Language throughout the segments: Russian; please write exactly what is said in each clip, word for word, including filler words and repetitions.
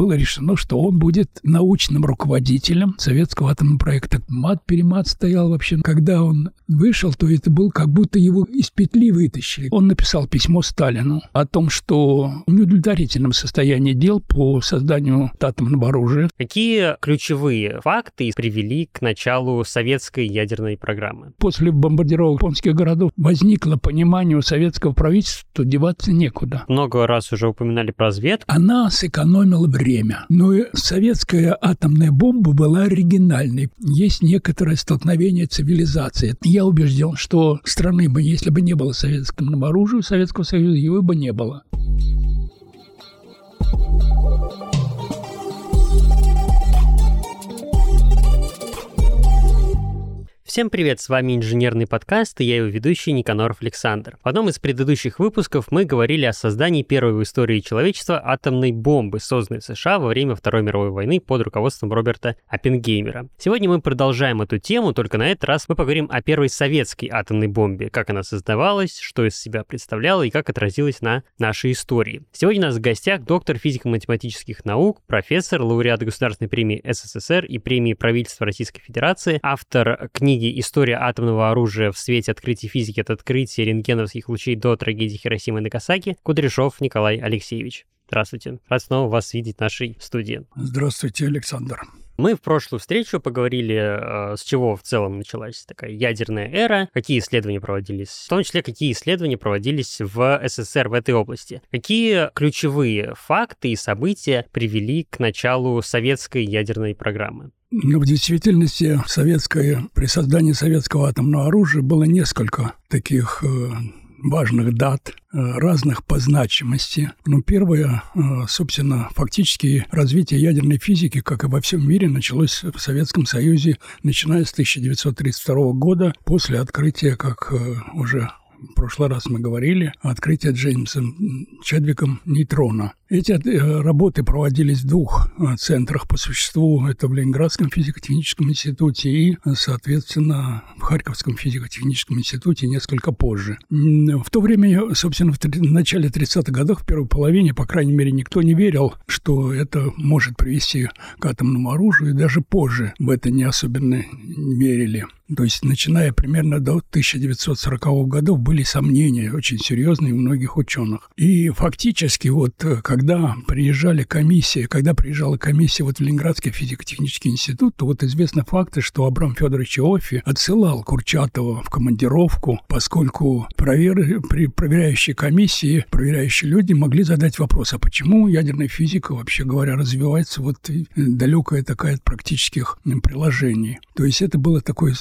было решено, что он будет научным руководителем советского атомного проекта. Мат-перемат стоял вообще. Когда он вышел, то это был как будто его из петли вытащили. Он написал письмо Сталину о том, что в неудовлетворительном состоянии дел по созданию атомного оружия. Какие ключевые факты привели к началу советской ядерной программы? После бомбардировок японских городов возникло понимание у советского правительства, что деваться некуда. Много раз уже упоминали про разведку. Она сэкономила время. Но и советская атомная бомба была оригинальной. Есть некоторое столкновение цивилизаций. Я убежден, что страны бы, если бы не было советского оружия, Советского Союза, его бы не было. Всем привет, с вами инженерный подкаст, и я его ведущий Никаноров Александр. В одном из предыдущих выпусков мы говорили о создании первой в истории человечества атомной бомбы, созданной в США во время Второй мировой войны под руководством Роберта Оппенгеймера. Сегодня мы продолжаем эту тему, только на этот раз мы поговорим о первой советской атомной бомбе, как она создавалась, что из себя представляла и как отразилась на нашей истории. Сегодня у нас в гостях доктор физико-математических наук, профессор, лауреат Государственной премии СССР и премии правительства Российской Федерации, автор книги «История атомного оружия в свете открытий физики от открытия рентгеновских лучей до трагедии Хиросимы и Нагасаки» Кудряшов Николай Алексеевич. Здравствуйте. Рад снова вас видеть в нашей студии. Здравствуйте, Александр. Мы в прошлую встречу поговорили, с чего в целом началась такая ядерная эра, какие исследования проводились, в том числе какие исследования проводились в СССР в этой области. Какие ключевые факты и события привели к началу советской ядерной программы? Но в действительности советское, при создании советского атомного оружия было несколько таких э, важных дат, э, разных по значимости. Ну, первое, э, собственно, фактически развитие ядерной физики, как и во всем мире, началось в Советском Союзе, начиная с тысяча девятьсот тридцать второго года, после открытия, как э, уже в прошлый раз мы говорили, открытие Джеймсом Чедвиком нейтрона. Эти работы проводились в двух центрах по существу. Это в Ленинградском физико-техническом институте и, соответственно, в Харьковском физико-техническом институте несколько позже. В то время, собственно, в начале тридцатых годов, в первой половине, по крайней мере, никто не верил, что это может привести к атомному оружию, и даже позже в это не особенно верили. То есть, начиная примерно до тысяча девятьсот сороковых годов, были сомнения очень серьезные у многих ученых. И фактически, вот, когда приезжали комиссии, когда приезжала комиссия вот в Ленинградский физико-технический институт, то вот известны факты, что Абрам Федорович Иоффе отсылал Курчатова в командировку, поскольку провер... при проверяющей комиссии, проверяющие люди могли задать вопрос, а почему ядерная физика, вообще говоря, развивается вот далекая такая от практических приложений. То есть это было такое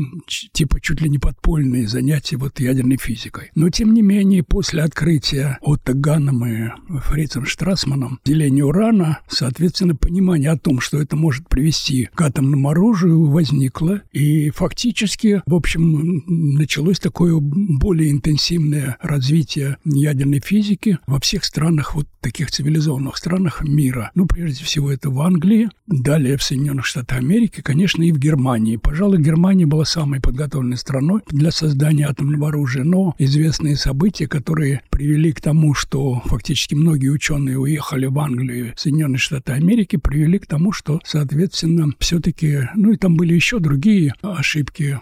типа чуть ли не подпольные занятия вот ядерной физикой. Но, тем не менее, после открытия Отто Ганном и Фрицем Штрасманом деления урана, соответственно, понимание о том, что это может привести к атомному оружию, возникло. И фактически, в общем, началось такое более интенсивное развитие ядерной физики во всех странах, вот таких цивилизованных странах мира. Ну, прежде всего, это в Англии, далее в Соединенных Штатах Америки, конечно, и в Германии. Пожалуй, Германия была самой подготовленной страной для создания атомного оружия, но известные события, которые привели к тому, что фактически многие ученые уехали в Англию, Соединенные Штаты Америки, привели к тому, что, соответственно, все-таки, ну и там были еще другие ошибки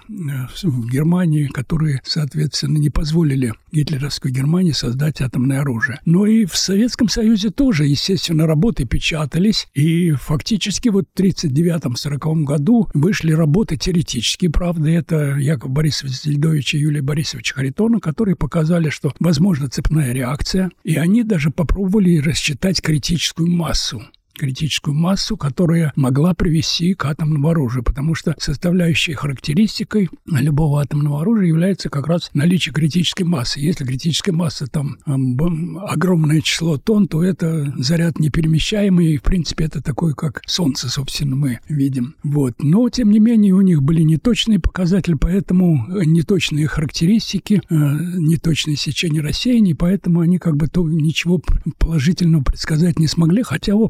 в Германии, которые, соответственно, не позволили гитлеровской Германии создать атомное оружие. Но и в Советском Союзе тоже, естественно, работы печатались, и фактически вот в тридцать девятом — сороковом году вышли работы теоретические, правда, это Яков Борисович Зельдович и Юлия Борисович Харитонов, которые показали, что возможна цепная реакция, и они даже попробовали рассчитать критическую массу. критическую массу, которая могла привести к атомному оружию, потому что составляющей характеристикой любого атомного оружия является как раз наличие критической массы. Если критическая масса там огромное число тонн, то это заряд неперемещаемый, и, в принципе, это такой, как Солнце, собственно, мы видим. Вот. Но, тем не менее, у них были неточные показатели, поэтому неточные характеристики, неточные сечения рассеяний, поэтому они как бы то, ничего положительного предсказать не смогли, хотя, в общем, формула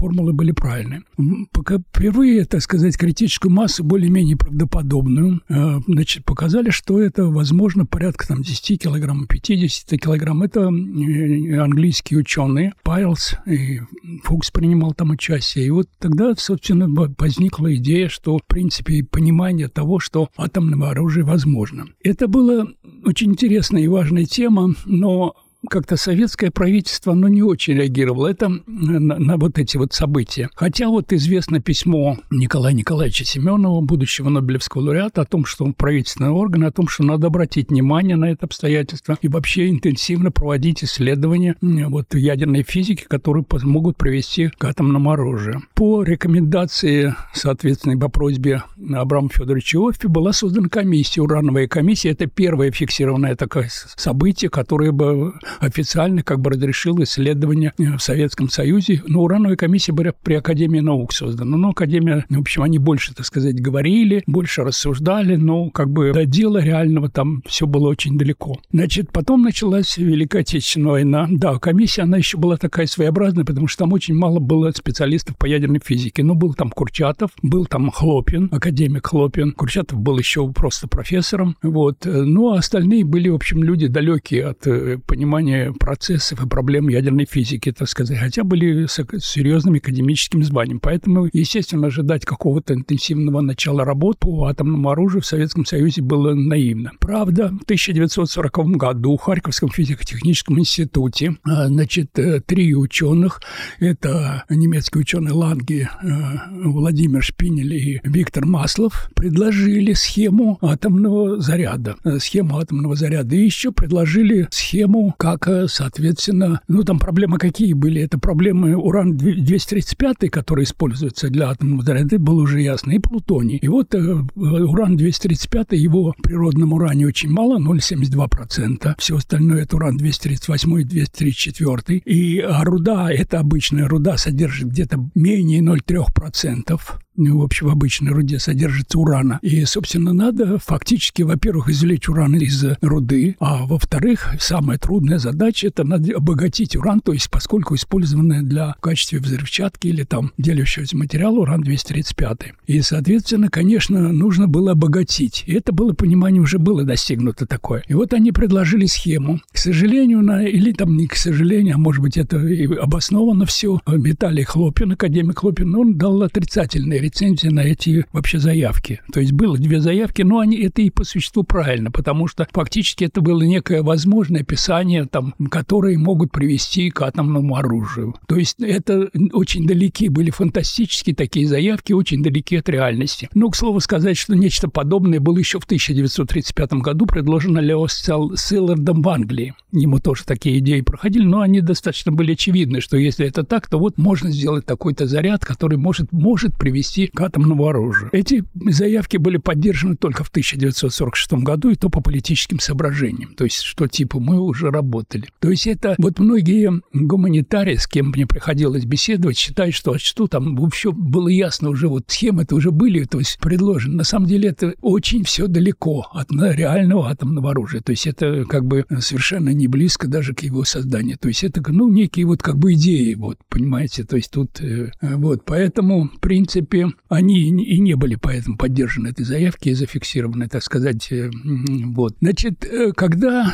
формулы были правильные. Пока впервые, так сказать, критическую массу более-менее правдоподобную, значит, показали, что это возможно порядка там, десять килограмм, пятьдесят килограмм. Это английские ученые, Пайлс и Фукс принимал там участие. И вот тогда, собственно, возникла идея, что, в принципе, понимание того, что атомное оружие возможно. Это была очень интересная и важная тема, но как-то советское правительство, оно не очень реагировало это на, на вот эти вот события. Хотя вот известно письмо Николая Николаевича Семенова, будущего Нобелевского лауреата, о том, что он правительственный орган, о том, что надо обратить внимание на это обстоятельство и вообще интенсивно проводить исследования вот ядерной физики, которые могут привести к атомному оружию. По рекомендации, соответственно, по просьбе Абрама Федоровича Иоффе была создана комиссия, урановая комиссия. Это первое фиксированное такое событие, которое бы официально как бы разрешил исследования в Советском Союзе. Но урановая комиссия была при Академии наук создана. Но Академия, в общем, они больше, так сказать, говорили, больше рассуждали, но как бы до дела реального там все было очень далеко. Значит, потом началась Великая Отечественная война. Да, комиссия, она еще была такая своеобразная, потому что там очень мало было специалистов по ядерной физике. Ну, был там Курчатов, был там Хлопин, академик Хлопин. Курчатов был еще просто профессором. Вот. Ну, а остальные были, в общем, люди далекие от понимания процессов и проблем ядерной физики, так сказать, хотя были с серьезным академическим званием. Поэтому, естественно, ожидать какого-то интенсивного начала работ по атомному оружию в Советском Союзе было наивно. Правда, в тысяча девятьсот сороковом году в Харьковском физико-техническом институте, значит, три ученых, это немецкий ученый Ланге, Владимир Шпинель и Виктор Маслов, предложили схему атомного заряда, схему атомного заряда, и еще предложили схему, как, соответственно, ну, там проблемы какие были? Это проблемы уран двести тридцать пять, который используется для атомного заряда, было уже ясно, и плутоний. И вот э, уран двести тридцать пять, его в природном уране очень мало, ноль целых семьдесят два сотых процента. Все остальное это уран двести тридцать восемь и двести тридцать четыре. И а руда, это обычная руда, содержит где-то менее ноль целых три десятых процента. В общем, в обычной руде содержится урана. И, собственно, надо фактически, во-первых, извлечь уран из руды, а во-вторых, самая трудная задача – это надо обогатить уран, то есть поскольку использованное для в качестве взрывчатки или там делящегося материала уран двести тридцать пять. И, соответственно, конечно, нужно было обогатить. И это было понимание, уже было достигнуто такое. И вот они предложили схему. К сожалению, на, или там не к сожалению, а может быть, это и обосновано все, Виталий Хлопин, академик Хлопин, он дал отрицательные рецензии на эти вообще заявки. То есть было две заявки, но они это и по существу правильно, потому что фактически это было некое возможное описание, там, которые могут привести к атомному оружию. То есть это очень далеки были фантастические такие заявки, очень далеки от реальности. Но, к слову сказать, что нечто подобное было еще в тысяча девятьсот тридцать пятом году предложено Лео Szilardом в Англии. Ему тоже такие идеи проходили, но они достаточно были очевидны, что если это так, то вот можно сделать такой-то заряд, который может, может привести к атомному оружию. Эти заявки были поддержаны только в тысяча девятьсот сорок шестом году, и то по политическим соображениям. То есть, что типа мы уже работали. То есть, это вот многие гуманитарии, с кем мне приходилось беседовать, считают, что, что там вообще было ясно уже, вот схемы-то уже были, то есть, предложены. На самом деле, это очень все далеко от реального атомного оружия. То есть, это как бы совершенно не близко даже к его созданию. То есть, это, ну, некие вот как бы идеи, вот, понимаете, то есть, тут э, вот, поэтому, в принципе, они и не были поэтому поддержаны этой заявки и зафиксированы, так сказать, э, вот. Значит, э, когда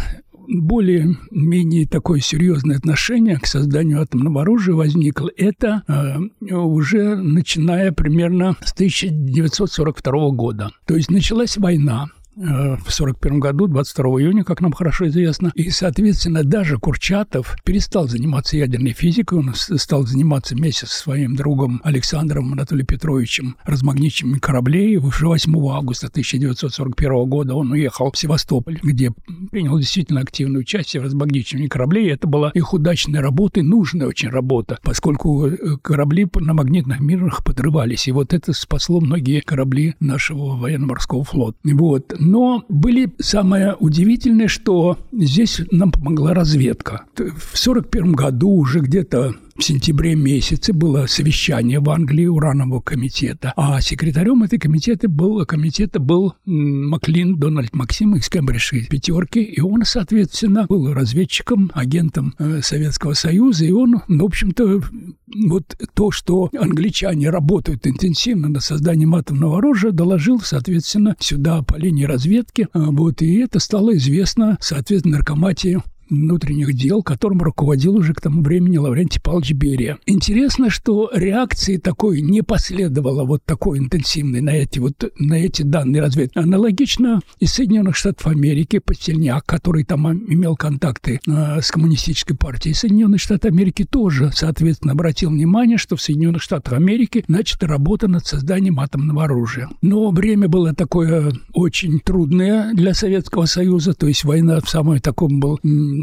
более-менее такое серьезное отношение к созданию атомного оружия возникло, это э, уже начиная примерно с тысяча девятьсот сорок второго года. То есть началась война в сорок первом году, двадцать второго июня, как нам хорошо известно. И, соответственно, даже Курчатов перестал заниматься ядерной физикой. Он стал заниматься вместе со своим другом Александром Анатолием Петровичем размагничиванием кораблей. Уже восьмого августа тысяча девятьсот сорок первого года он уехал в Севастополь, где принял действительно активное участие в размагничивании кораблей. Это была их удачная работа и нужная очень работа, поскольку корабли на магнитных минах подрывались. И вот это спасло многие корабли нашего военно-морского флота. Вот. Но были самое удивительное, что здесь нам помогла разведка. В сорок первом году уже где-то в сентябре месяце было совещание в Англии уранового комитета, а секретарем этой комитета был, комитета был Маклин Дональд Максим из Кембриджской пятерки, и он, соответственно, был разведчиком, агентом э, Советского Союза, и он, в общем-то, вот то, что англичане работают интенсивно над созданием атомного оружия, доложил, соответственно, сюда по линии разведки, вот, и это стало известно, соответственно, наркоматии внутренних дел, которым руководил уже к тому времени Лаврентий Павлович Берия. Интересно, что реакции такой не последовало, вот такой интенсивной на эти, вот, на эти данные разведки. Аналогично из Соединенных Штатов Америки Пастельняк, который там имел контакты э, с коммунистической партией Соединенных Штатов Америки, тоже, соответственно, обратил внимание, что в Соединенных Штатах Америки начата работа над созданием атомного оружия. Но время было такое очень трудное для Советского Союза, то есть война в самом таком был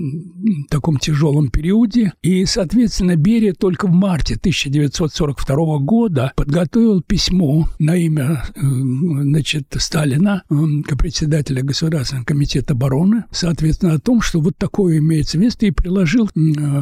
таком тяжелом периоде. И, соответственно, Берия только в марте тысяча девятьсот сорок второго года подготовил письмо на имя, значит, Сталина, председателя Государственного комитета обороны, соответственно, о том, что вот такое имеется место, и приложил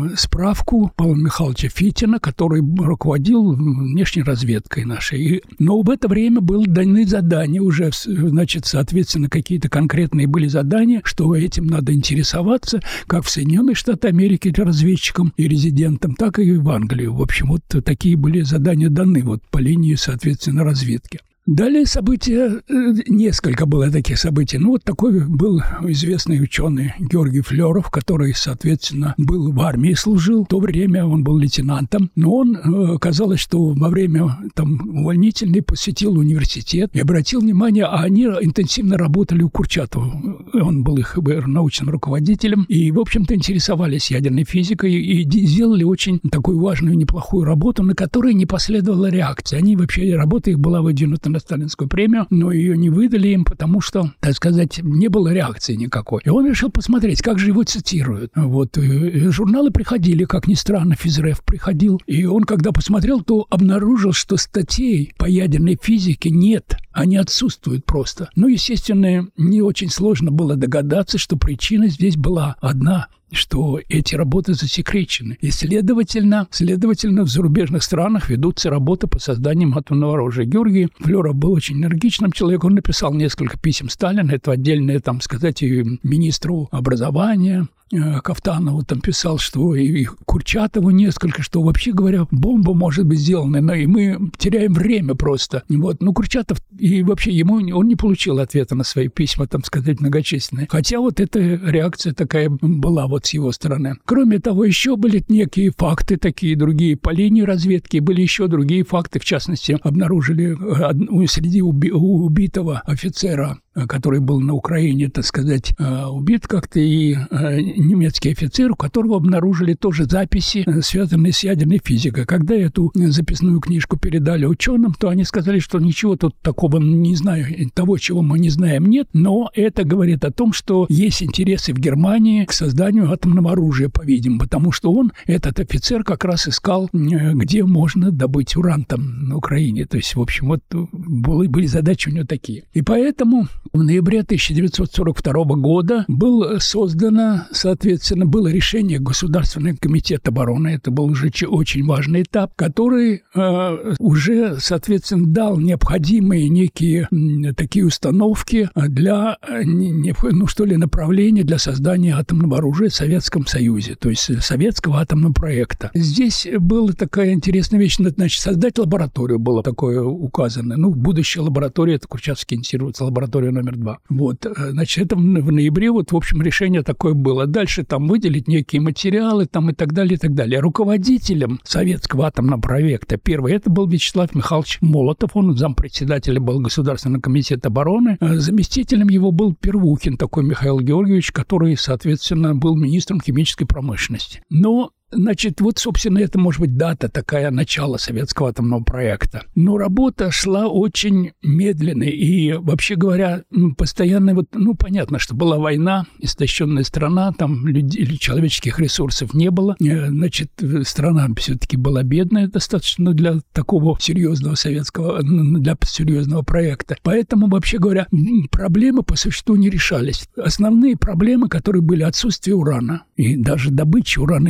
справку Павла Михайловича Фитина, который руководил внешней разведкой нашей. Но в это время были даны задания уже, значит, соответственно, какие-то конкретные были задания, что этим надо интересоваться, как в Соединенных Штатах Америки разведчикам и резидентам, так и в Англию. В общем, вот такие были задания даны вот по линии, соответственно, разведки. Далее события, несколько было таких событий. Ну, вот такой был известный ученый Георгий Флёров, который, соответственно, был в армии, служил. В то время он был лейтенантом. Но он, оказалось, что во время там увольнительной посетил университет и обратил внимание, а они интенсивно работали у Курчатова. Он был их научным руководителем. И, в общем-то, интересовались ядерной физикой и сделали очень такую важную, неплохую работу, на которой не последовала реакция. Они вообще, работа их была выдвинута на сталинскую премию, но ее не выдали им, потому что, так сказать, не было реакции никакой. И он решил посмотреть, как же его цитируют. Вот. И журналы приходили, как ни странно, Физрев приходил. И он, когда посмотрел, то обнаружил, что статей по ядерной физике нет. Они отсутствуют просто. Ну, естественно, не очень сложно было догадаться, что причина здесь была одна – что эти работы засекречены. И, следовательно, следовательно, в зарубежных странах ведутся работы по созданию атомного оружия. Георгий Флёров был очень энергичным человеком. Он написал несколько писем Сталину. Это отдельное, там, сказать, и министру образования Кафтанову там писал, что и Курчатову несколько, что, вообще говоря, бомба может быть сделана, но и мы теряем время просто. Вот. Ну, Курчатов, и вообще ему, он не получил ответа на свои письма, там, сказать, многочисленные. Хотя вот эта реакция такая была вот с его стороны. Кроме того, еще были некие факты, такие другие по линии разведки, были еще другие факты, в частности, обнаружили среди уби- убитого офицера, который был на Украине, так сказать, убит как-то, и немецкий офицер, у которого обнаружили тоже записи, связанные с ядерной физикой. Когда эту записную книжку передали ученым, то они сказали, что ничего тут такого не знаю, того, чего мы не знаем, нет, но это говорит о том, что есть интересы в Германии к созданию атомного оружия, по-видимому, потому что он, этот офицер, как раз искал, где можно добыть уран там на Украине. То есть, в общем, вот были задачи у него такие. И поэтому в ноябре тысяча девятьсот сорок второго года было создано, соответственно, было решение Государственного комитета обороны. Это был уже очень важный этап, который э, уже, соответственно, дал необходимые некие э, такие установки для, э, не, ну что ли, направления для создания атомного оружия в Советском Союзе, то есть советского атомного проекта. Здесь была такая интересная вещь, значит, создать лабораторию было такое указано. Ну, будущая лаборатория, это Курчатовский институт, лаборатория номер два. Вот, значит, это в ноябре, вот, в общем, решение такое было. Дальше там выделить некие материалы там и так далее, и так далее. Руководителем советского атомного проекта первый это был Вячеслав Михайлович Молотов, он зампредседателя был Государственного комитета обороны. Заместителем его был Первухин, такой Михаил Георгиевич, который, соответственно, был министром химической промышленности. Но значит, вот, собственно, это, может быть, дата такая, начала советского атомного проекта. Но работа шла очень медленно. И, вообще говоря, постоянно, вот, ну, понятно, что была война, истощенная страна, там людей, человеческих ресурсов не было. Значит, страна все-таки была бедная достаточно для такого серьезного советского, для серьезного проекта. Поэтому, вообще говоря, проблемы по существу не решались. Основные проблемы, которые были отсутствие урана, и даже добычи урана не было.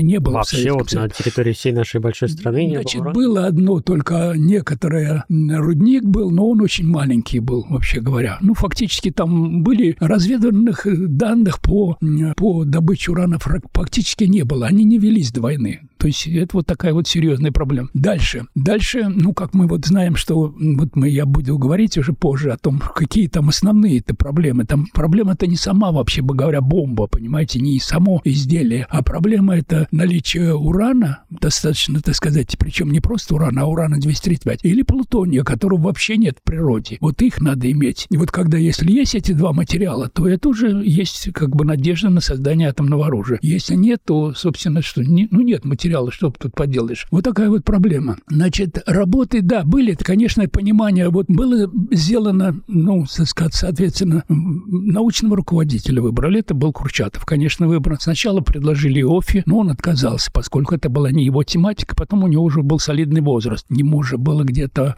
вообще вот на территории всей нашей большой страны не Значит, было? было одно, только некоторое рудник был, но он очень маленький был, вообще говоря. Ну, фактически там были разведывательных данных по, по добыче урана фактически не было. Они не велись до войны. То есть это вот такая вот серьезная проблема. Дальше. Дальше, ну, как мы вот знаем, что вот мы, я буду говорить уже позже о том, какие там основные-то проблемы. Там проблема-то не сама, вообще говоря, бомба, понимаете, не само изделие, а проблема это наличие урана, достаточно, так сказать, причем не просто урана, а урана двести тридцать пять, или плутония, которого вообще нет в природе. Вот их надо иметь. И вот когда, если есть эти два материала, то это уже есть как бы надежда на создание атомного оружия. Если нет, то, собственно, что, не, ну, нет материала, что тут поделаешь. Вот такая вот проблема. Значит, работы, да, были, это, конечно, понимание, вот было сделано, ну, сказать, соответственно, научного руководителя выбрали, это был Курчатов, конечно, выбран. Сначала предложили Иоффе, но он отказался, поскольку это была не его тематика, потом у него уже был солидный возраст. Ему уже было где-то,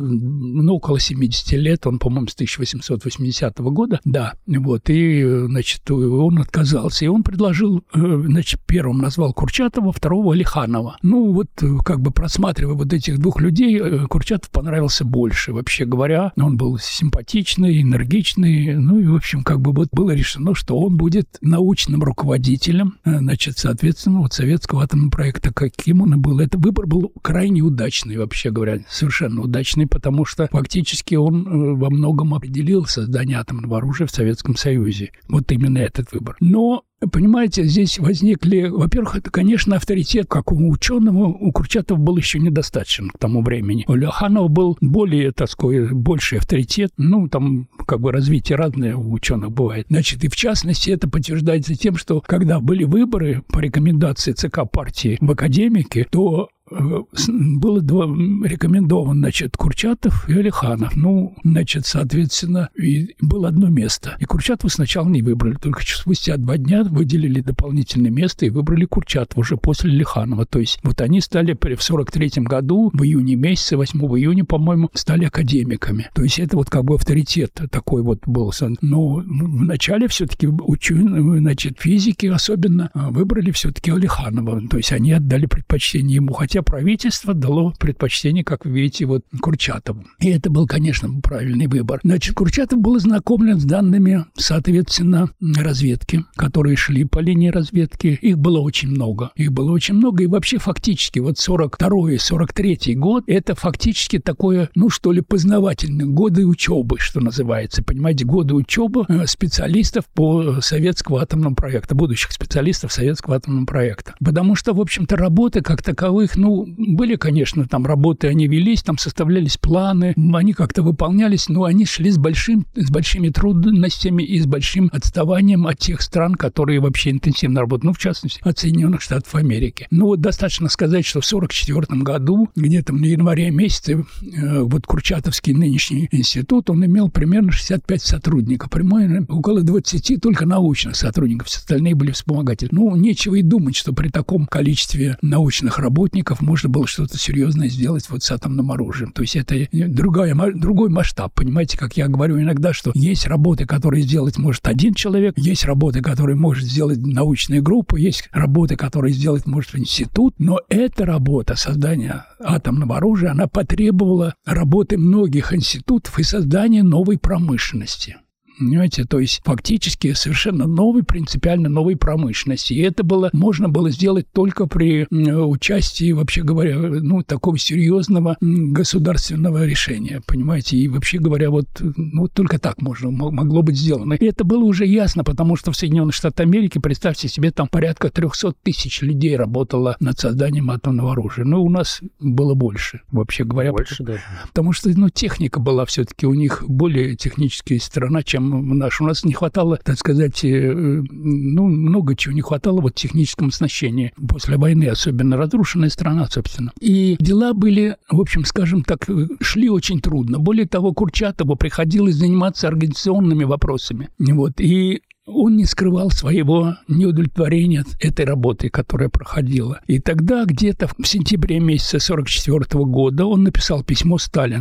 ну, около семидесяти лет, он, по-моему, с тысяча восемьсот восьмидесятого года, да, вот, и, значит, он отказался, и он предложил, значит, первым назвал Курчатова, второго Алиханова. Ну, вот, как бы просматривая вот этих двух людей, Курчатов понравился больше, вообще говоря, он был симпатичный, энергичный, ну, и, в общем, как бы вот было решено, что он будет научным руководителем, значит, соответственно, вот советского атомного проекта, каким он и был. Это выбор был крайне удачный, вообще говоря, совершенно удачный, потому что фактически он во многом определил создание атомного оружия в Советском Союзе. Вот именно этот выбор. Но понимаете, здесь возникли, во-первых, это, конечно, авторитет, как у ученого, у Курчатова был еще недостаточен к тому времени. У Алиханова был более, так сказать, больший авторитет, ну, там, как бы, развитие разное у ученых бывает. Значит, и в частности, это подтверждается тем, что когда были выборы по рекомендации ЦК партии в академике, то было два рекомендовано, значит, Курчатов и Алиханов. Ну, значит, соответственно, и было одно место. И Курчатова сначала не выбрали, только спустя два дня выделили дополнительное место и выбрали Курчатова уже после Алиханова. То есть вот они стали в сорок третьем году, в июне месяце, восьмого июня, по-моему, стали академиками. То есть это вот как бы авторитет такой вот был. Но вначале все-таки ученые, значит, физики особенно выбрали все-таки Алиханова. То есть они отдали предпочтение ему, хотя правительство дало предпочтение, как вы видите, вот Курчатову. И это был, конечно, правильный выбор. Значит, Курчатов был ознакомлен с данными, соответственно, разведки, которые шли по линии разведки. Их было очень много. Их было очень много. И вообще фактически вот сорок второй сорок третий год, это фактически такое, ну что ли, познавательные годы учебы, что называется. Понимаете, годы учебы специалистов по советскому атомному проекту, будущих специалистов советского атомного проекта. Потому что, в общем-то, работы как таковых, ну, были, конечно, там работы, они велись, там составлялись планы, они как-то выполнялись, но они шли с, большим, с большими трудностями и с большим отставанием от тех стран, которые вообще интенсивно работают, ну, в частности, от Соединенных Штатов Америки. Ну, вот достаточно сказать, что в сорок четвёртом году, где-то в январе месяце, э, вот Курчатовский нынешний институт, он имел примерно шестьдесят пять сотрудников, прямое около двадцати только научных сотрудников, все остальные были вспомогатели. Ну, нечего и думать, что при таком количестве научных работников можно было что-то серьезное сделать вот с атомным оружием. То есть это другая, другой масштаб, понимаете, как я говорю иногда, что есть работы, которые сделать может один человек, есть работы, которые может сделать научная группа, есть работы, которые сделать может институт, но эта работа создания атомного оружия, она потребовала работы многих институтов и создания новой промышленности. Понимаете, то есть фактически совершенно новой, принципиально новой промышленности. И это было, можно было сделать только при участии, вообще говоря, ну, такого серьезного государственного решения, понимаете. И вообще говоря, вот, ну, только так можно, могло быть сделано. И это было уже ясно, потому что в Соединенных Штатах Америки, представьте себе, там порядка трехсот тысяч людей работало над созданием атомного оружия. Ну, у нас было больше, вообще говоря. Больше даже. Потому что, ну, техника была все-таки у них более техническая сторона, чем наш. У нас не хватало, так сказать, ну, много чего не хватало вот техническому оснащению. После войны особенно разрушенная страна, собственно. И дела были, в общем, скажем так, шли очень трудно. Более того, Курчатову приходилось заниматься организационными вопросами. Вот. И он не скрывал своего неудовлетворения этой работой, которая проходила. И тогда, где-то в сентябре месяца сорок четвёртого года, он написал письмо Сталину.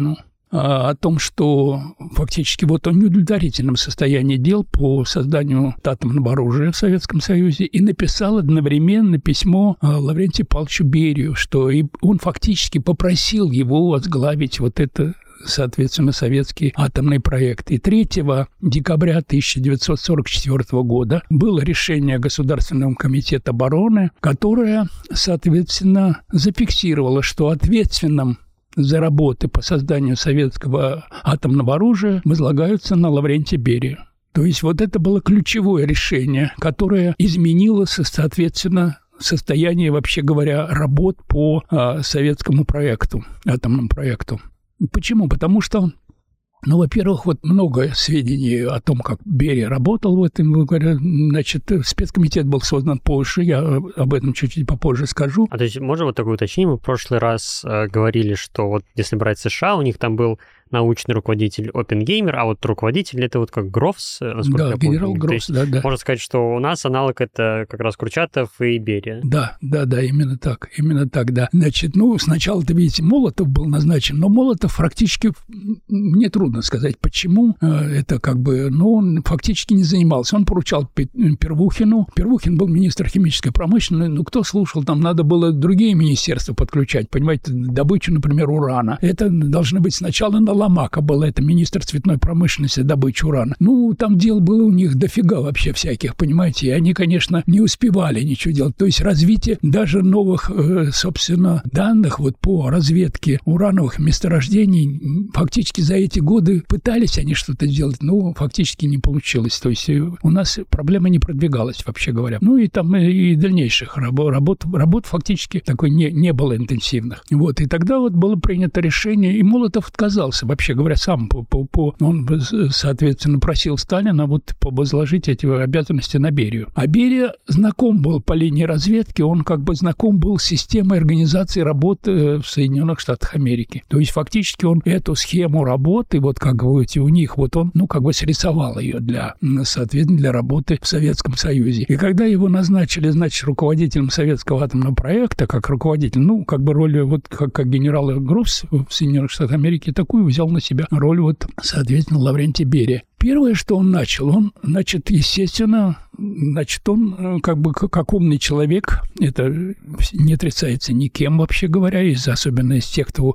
о том, что фактически вот он в неудовлетворительном состоянии дел по созданию атомного оружия в Советском Союзе и написал одновременно письмо Лаврентию Павловичу Берию, что он фактически попросил его возглавить вот это, соответственно, советский атомный проект. И третьего декабря тысяча девятьсот сорок четвёртого года было решение Государственного комитета обороны, которое, соответственно, зафиксировало, что ответственным за работы по созданию советского атомного оружия возлагаются на Лаврентия Берия. То есть вот это было ключевое решение, которое изменило, соответственно, состояние, вообще говоря, работ по а, советскому проекту, атомному проекту. Почему? Потому что, ну, во-первых, вот много сведений о том, как Берия работал в этом. Значит, спецкомитет был создан позже, я об этом чуть-чуть попозже скажу. А то есть можно вот такое уточнение? Мы в прошлый раз э, говорили, что вот если брать США, у них там был научный руководитель Оппенгеймер, а вот руководитель это вот как Грофс, насколько да, я помню. генерал Грофс, да, да. Можно сказать, что у нас аналог это как раз Курчатов и Берия. Да, да, да, именно так, именно так, да. Значит, ну, сначала-то, видите, Молотов был назначен, но Молотов практически, мне трудно сказать, почему, это как бы, ну, он фактически не занимался. Он поручал Первухину. Первухин был министр химической промышленности, ну, кто слушал, там надо было другие министерства подключать, понимаете, добычу, например, урана. Это должны быть сначала на Ломака был, это министр цветной промышленности, добычи урана. Ну, там дел было у них дофига вообще всяких, понимаете, и они, конечно, не успевали ничего делать. То есть развитие даже новых, собственно, данных вот по разведке урановых месторождений фактически за эти годы пытались они что-то делать, но фактически не получилось. То есть у нас проблема не продвигалась, вообще говоря. Ну, и там и дальнейших работ, работ, работ фактически такой не, не было интенсивных. Вот, и тогда вот было принято решение, и Молотов отказался, вообще говоря, сам по, по, по, он, соответственно, просил Сталина вот возложить эти обязанности на Берию. А Берия знаком был по линии разведки, он как бы знаком был с системой организации работы в Соединенных Штатах Америки. То есть фактически он эту схему работы, вот как бы у них, вот он, ну, как бы срисовал ее для, соответственно, для работы в Советском Союзе. И когда его назначили, значит, руководителем советского атомного проекта, как руководитель, ну, как бы роль, вот как, как генерал Грофс в Соединенных Штатах Америки, такую взял на себя роль, вот, соответственно, Лаврентий Берия. Первое, что он начал, он, значит, естественно, значит, он как бы как умный человек, это не отрицается никем, вообще говоря, из, особенно из тех, кто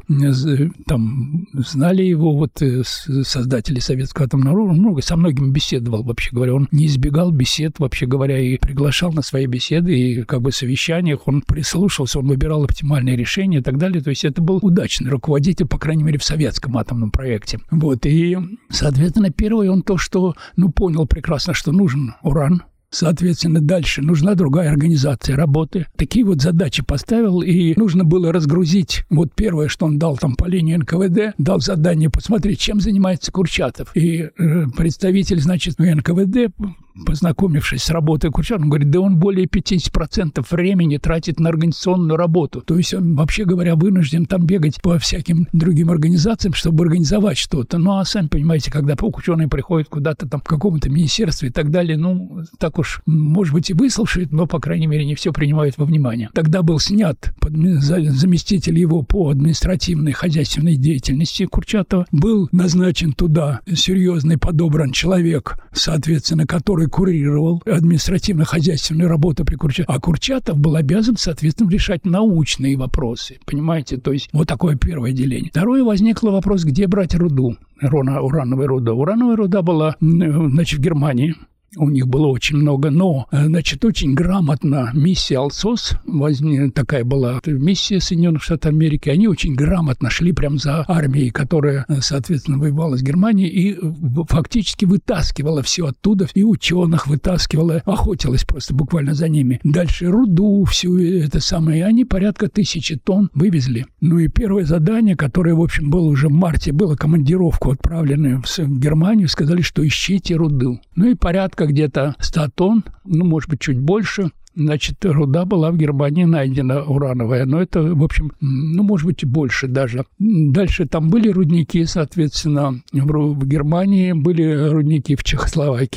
там знали его, вот создатели советского атомного оружия, много, со многими беседовал, вообще говоря, он не избегал бесед, вообще говоря, и приглашал на свои беседы, и как бы совещаниях он прислушался, он выбирал оптимальные решения и так далее, то есть это был удачный руководитель, по крайней мере, в советском атомном проекте. Вот, и, соответственно, первое, он то, что, ну, понял прекрасно, что нужен уран. Соответственно, дальше нужна другая организация работы. Такие вот задачи поставил, и нужно было разгрузить. Вот первое, что он дал там по линии эн ка вэ дэ, дал задание посмотреть, чем занимается Курчатов. И э, представитель, значит, эн ка вэ дэ, познакомившись с работой Курчатова, он говорит, да он более пятьдесят процентов времени тратит на организационную работу. То есть он, вообще говоря, вынужден там бегать по всяким другим организациям, чтобы организовать что-то. Ну, а сами понимаете, когда ученые приходят куда-то там к какому-то министерству и так далее, ну, так уж, может быть, и выслушают, но, по крайней мере, не все принимают во внимание. Тогда был снят под, заместитель его по административной хозяйственной деятельности Курчатова, был назначен туда серьезный подобран человек, соответственно, который курировал административно-хозяйственную работу при Курчатове. А Курчатов был обязан, соответственно, решать научные вопросы. Понимаете? То есть вот такое первое деление. Второе, возникло вопрос, где брать руду. Урановая руда. Урановая руда была, значит, в Германии. У них было очень много, но, значит, очень грамотно миссия Алсос, такая была миссия Соединенных Штатов Америки, они очень грамотно шли прямо за армией, которая, соответственно, воевала с Германией и фактически вытаскивала все оттуда, и ученых вытаскивала, охотилась просто буквально за ними. Дальше руду, всю это самое, и они порядка тысячи тонн вывезли. Ну и первое задание, которое, в общем, было уже в марте, было командировку отправленную в Германию, сказали, что ищите руду. Ну и порядка где-то сто тонн, ну, может быть, чуть больше, значит, руда была в Германии найдена урановая, но это, в общем, ну, может быть, и больше даже. Дальше там были рудники, соответственно, в Германии, были рудники в Чехословакии.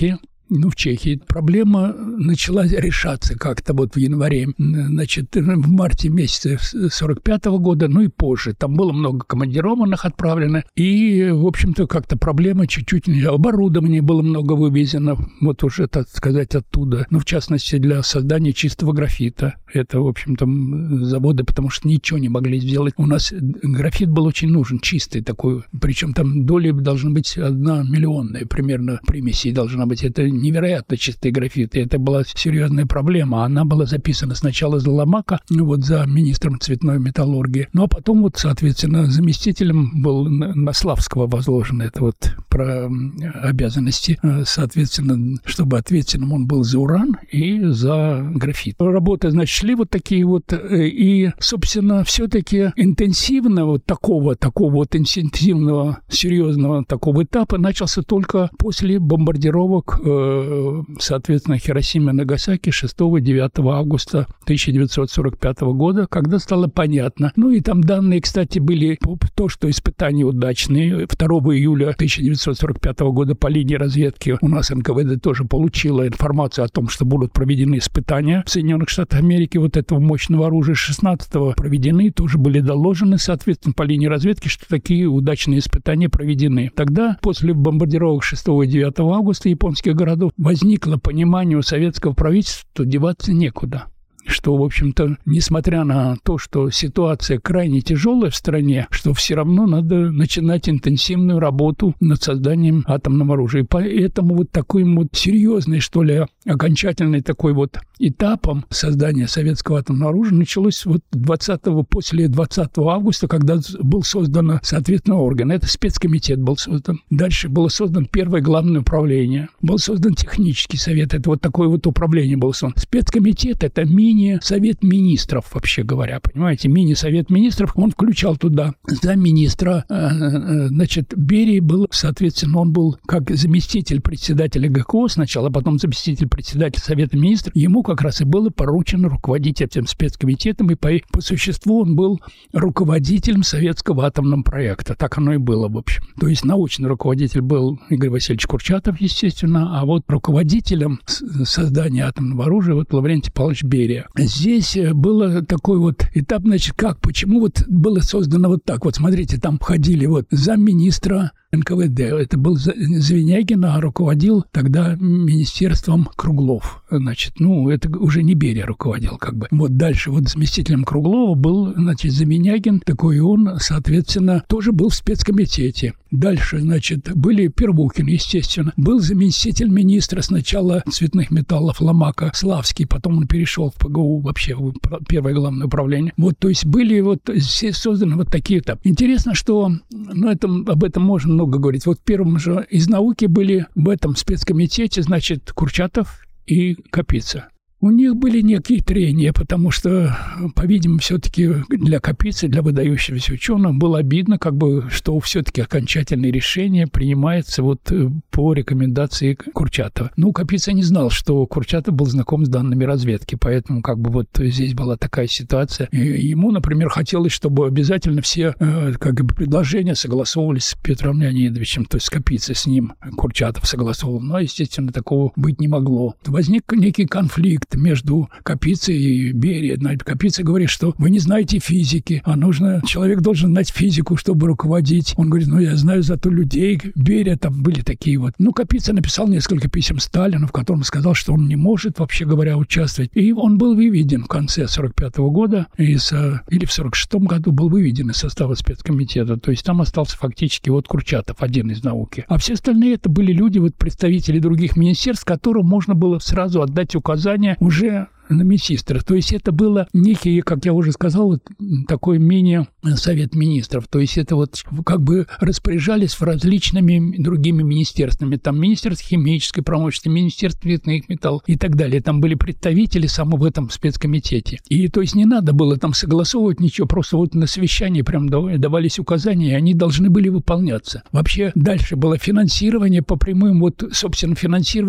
Ну, в Чехии проблема начала решаться как-то вот в январе, значит, в марте месяце сорок пятого года, ну и позже. Там было много командированных отправлено, и, в общем-то, как-то проблема чуть-чуть... Оборудования было много вывезено, вот уже, так сказать, оттуда. Ну, в частности, для создания чистого графита. Это, в общем-то, заводы, потому что ничего не могли сделать. У нас графит был очень нужен, чистый такой, причем там доля должна быть одна миллионная, примерно примесей должна быть. Это невероятно чистый графит, и это была серьезная проблема. Она была записана сначала за Ломака, ну вот за министром цветной металлургии, ну а потом вот, соответственно, заместителем был на Славского возложено это вот про обязанности, соответственно, чтобы ответственным он был за уран и за графит. Работы, значит, шли вот такие вот, и, собственно, все-таки интенсивно вот такого, такого вот интенсивного, серьезного такого этапа начался только после бомбардировок, соответственно, Хиросима и Нагасаки шестого-девятого августа тысяча девятьсот сорок пятого года, когда стало понятно. Ну и там данные, кстати, были то, что испытания удачные. второго июля тысяча девятьсот сорок пятого года по линии разведки у нас эн ка вэ дэ тоже получила информацию о том, что будут проведены испытания в Соединенных Штатах Америки вот этого мощного оружия. шестнадцатого проведены, тоже были доложены, соответственно, по линии разведки, что такие удачные испытания проведены. Тогда, после бомбардировок шестого и девятого августа японских городов, возникло понимание у советского правительства, что деваться некуда. Что, в общем-то, несмотря на то, что ситуация крайне тяжелая в стране, что все равно надо начинать интенсивную работу над созданием атомного оружия. И поэтому вот таким вот серьезный, что ли, окончательный такой вот этапом создания советского атомного оружия началось вот двадцатого, после двадцатого августа, когда был создан, соответственно, орган. Это спецкомитет был создан. Дальше было создано первое главное управление. Был создан технический совет. Это вот такое вот управление было создано. Спецкомитет – это мини Совет министров, вообще говоря, понимаете, мини-совет министров, он включал туда замминистра, значит, Берия был, соответственно, он был как заместитель председателя гэ ка о сначала, потом заместитель председателя Совета министров, ему как раз и было поручено руководить этим спецкомитетом, и по, по существу он был руководителем советского атомного проекта, так оно и было, в общем. То есть научный руководитель был Игорь Васильевич Курчатов, естественно, а вот руководителем создания атомного оружия вот Лаврентий Павлович Берия. Здесь был такой вот этап, значит, как, почему вот было создано вот так. Вот смотрите, там входили вот замминистра эн ка вэ дэ, это был Звенягин, а руководил тогда министерством Круглов. Значит, ну, это уже не Берия руководил, как бы. Вот дальше вот заместителем Круглова был, значит, Звенягин, такой он, соответственно, тоже был в спецкомитете. Дальше, значит, были Первухин, естественно. Был заместитель министра сначала цветных металлов Ломака Славский, потом он перешел в пэ гэ у, вообще в первое главное управление. Вот, то есть были вот все созданы вот такие этапы. Интересно, что, ну, это, об этом можно много говорить. Вот первым же из науки были в этом спецкомитете, значит, Курчатов и Капица. У них были некие трения, потому что, по-видимому, все-таки для Капицы, для выдающегося ученого, было обидно, как бы, что все-таки окончательное решение принимается вот по рекомендации Курчатова. Ну, Капица не знал, что Курчатов был знаком с данными разведки, поэтому как бы вот здесь была такая ситуация. И ему, например, хотелось, чтобы обязательно все как бы предложения согласовывались с Петром Леонидовичем, то есть с Капицей, с ним Курчатов согласовывал. Но, естественно, такого быть не могло. Возник некий конфликт между Капицей и Берией. Капица говорит, что вы не знаете физики, а нужно, человек должен знать физику, чтобы руководить. Он говорит, ну, я знаю зато людей. Берия, там были такие вот. Ну, Капица написал несколько писем Сталину, в котором сказал, что он не может, вообще говоря, участвовать. И он был выведен в конце сорок пятого года, из, или в сорок шестом году был выведен из состава спецкомитета. То есть там остался фактически вот Курчатов, один из науки. А все остальные это были люди, вот представители других министерств, которым можно было сразу отдать указания уже на министров. То есть это было некий, как я уже сказал, вот такой мини-совет министров. То есть это вот как бы распоряжались различными другими министерствами. Там Министерство химической промышленности, Министерство цветных металлов и так далее. Там были представители само в этом спецкомитете. И то есть не надо было там согласовывать ничего, просто вот на совещании прям давались указания, и они должны были выполняться. Вообще дальше было финансирование по прямым, вот, собственно, финансирование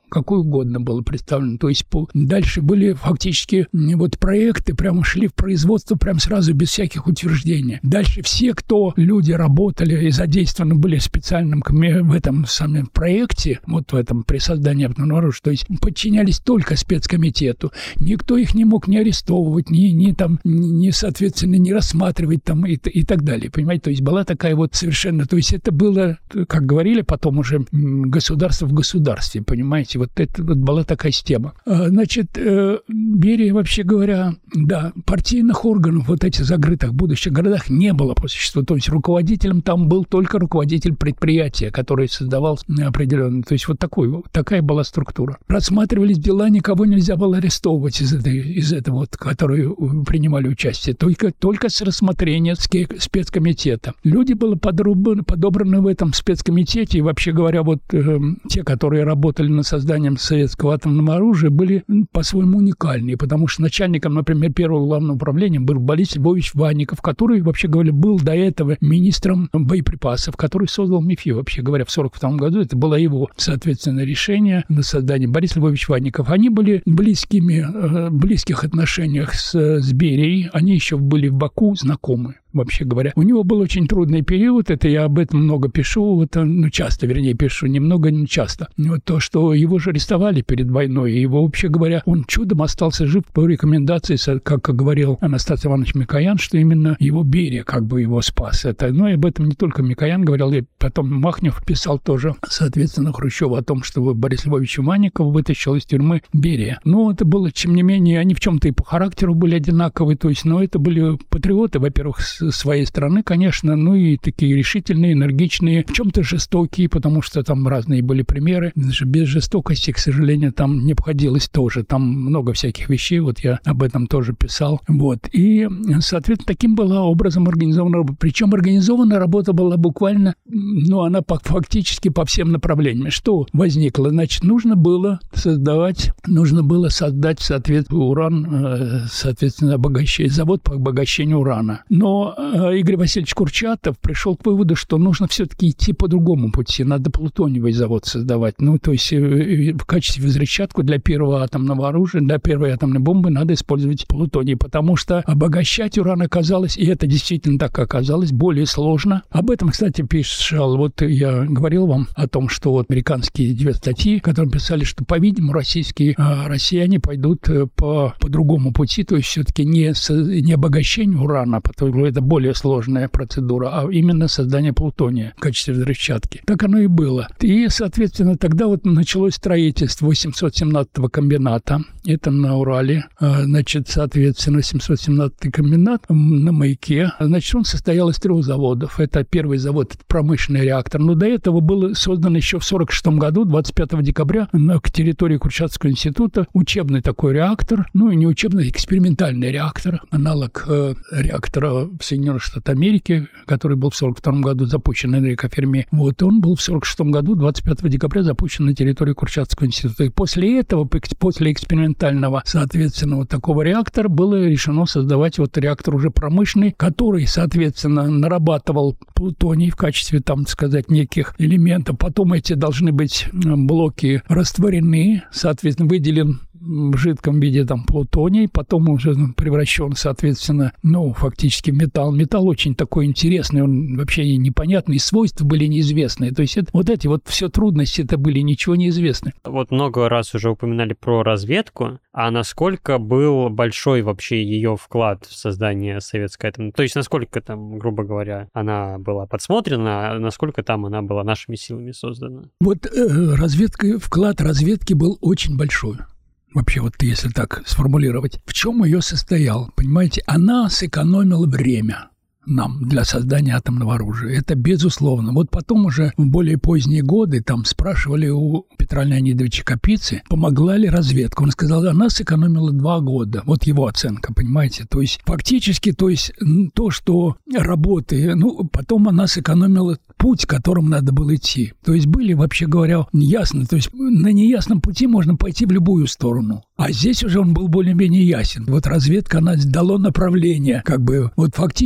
какое угодно было представлено. То есть дальше были фактически вот проекты, прямо шли в производство прямо сразу без всяких утверждений. Дальше все, кто люди работали и задействованы были в специальном в этом самом проекте, вот в этом при создании атомного оружия, то есть подчинялись только спецкомитету. Никто их не мог ни арестовывать, ни, ни там, ни, соответственно, не рассматривать там и, и так далее. Понимаете, то есть была такая вот совершенно, то есть это было, как говорили потом уже, государство в государстве, понимаете, вот это вот была такая система. Значит, Берия, вообще говоря, да, партийных органов вот этих закрытых будущих городах не было по существу, то есть руководителем там был только руководитель предприятия, который создавал определенный, то есть вот такой, такая была структура. Рассматривались дела, никого нельзя было арестовывать из этой, из этого вот, которые принимали участие, только, только с рассмотрения спецкомитета. Люди были подобраны, подобраны в этом спецкомитете, и вообще говоря, вот э, те, которые работали над созданием советского атомного оружия, были по-своему уникальные, потому что начальником, например, первого главного управления был Борис Львович Ванников, который, вообще говоря, был до этого министром боеприпасов, который создал МИФИ, вообще говоря, в сорок втором году. Это было его, соответственно, решение на создание. Борис Львович Ванников. Они были близкими, э, близких отношениях с, с Берией, они еще были в Баку знакомы. Вообще говоря. У него был очень трудный период, это я об этом много пишу, вот, ну, часто, вернее, пишу, немного, но часто. Вот то, что его же арестовали перед войной, и его, вообще говоря, он чудом остался жив по рекомендации, как говорил Анастасий Иванович Микоян, что именно его Берия как бы его спас. Это, но и об этом не только Микоян говорил, и потом Махнев писал тоже, соответственно, Хрущеву о том, что Борис Львович Ванников вытащил из тюрьмы Берия. Но это было, тем не менее, они в чем-то и по характеру были одинаковые, то есть, но это были патриоты, во-первых, с своей страны, конечно, ну и такие решительные, энергичные, в чем-то жестокие, потому что там разные были примеры. Без жестокости, к сожалению, там не обходилось тоже. Там много всяких вещей, вот я об этом тоже писал. Вот. И, соответственно, таким была образом организована работа. Причем организованная работа была буквально, ну, она фактически по всем направлениям. Что возникло? Значит, нужно было создавать, нужно было создать, соответственно, уран, соответственно, обогащение, завод по обогащению урана. Но Игорь Васильевич Курчатов пришел к выводу, что нужно все-таки идти по другому пути. Надо плутониевый завод создавать. Ну, то есть в качестве взрывчатку для первого атомного оружия, для первой атомной бомбы надо использовать плутоний, потому что обогащать уран оказалось, и это действительно так оказалось, более сложно. Об этом, кстати, писал, вот я говорил вам о том, что вот американские две статьи, которые писали, что, по-видимому, российские а, россияне пойдут по, по другому пути, то есть все-таки не, не обогащение урана, потому что это более сложная процедура, а именно создание плутония в качестве взрывчатки. Так оно и было. И, соответственно, тогда вот началось строительство восемьсот семнадцатого комбината. Это на Урале. Значит, соответственно, восемьсот семнадцатый комбинат на Маяке. Значит, он состоял из трех заводов. Это первый завод, это промышленный реактор. Но до этого был создан еще в сорок шестом году, двадцать пятого декабря, на территории Курчатовского института учебный такой реактор, ну и не учебный, экспериментальный реактор, аналог э, реактора в Соединенных Штатах Америки, который был в сорок втором году запущен Энрико Ферми. Вот он был в сорок шестом году, двадцать пятого декабря, запущен на территории Курчатовского института. И после этого, после экспериментального, соответственно, вот такого реактора, было решено создавать вот реактор уже промышленный, который, соответственно, нарабатывал плутоний в качестве, там, сказать, неких элементов. Потом эти должны быть блоки растворены, соответственно, выделен в жидком виде там плутоний, потом уже превращен, соответственно, ну, фактически в металл. Металл очень такой интересный, он вообще непонятный, свойства были неизвестные. То есть это, вот эти вот все трудности, это были ничего неизвестны. Вот много раз уже упоминали про разведку, а насколько был большой вообще ее вклад в создание советской атомной? То есть насколько там, грубо говоря, она была подсмотрена, а насколько там она была нашими силами создана? Вот э, разведка, вклад разведки был очень большой. Вообще, вот если так сформулировать. В чем ее состоял? Понимаете, она сэкономила время нам для создания атомного оружия. Это безусловно. Вот потом уже в более поздние годы там спрашивали у Петра Леонидовича Капицы, помогла ли разведка. Он сказал, она сэкономила два года. Вот его оценка, понимаете. То есть фактически, то есть то, что работы, ну, потом она сэкономила путь, которым надо было идти. То есть были, вообще говоря, неясно. То есть на неясном пути можно пойти в любую сторону. А здесь уже он был более-менее ясен. Вот разведка, она дала направление. Как бы вот фактически вот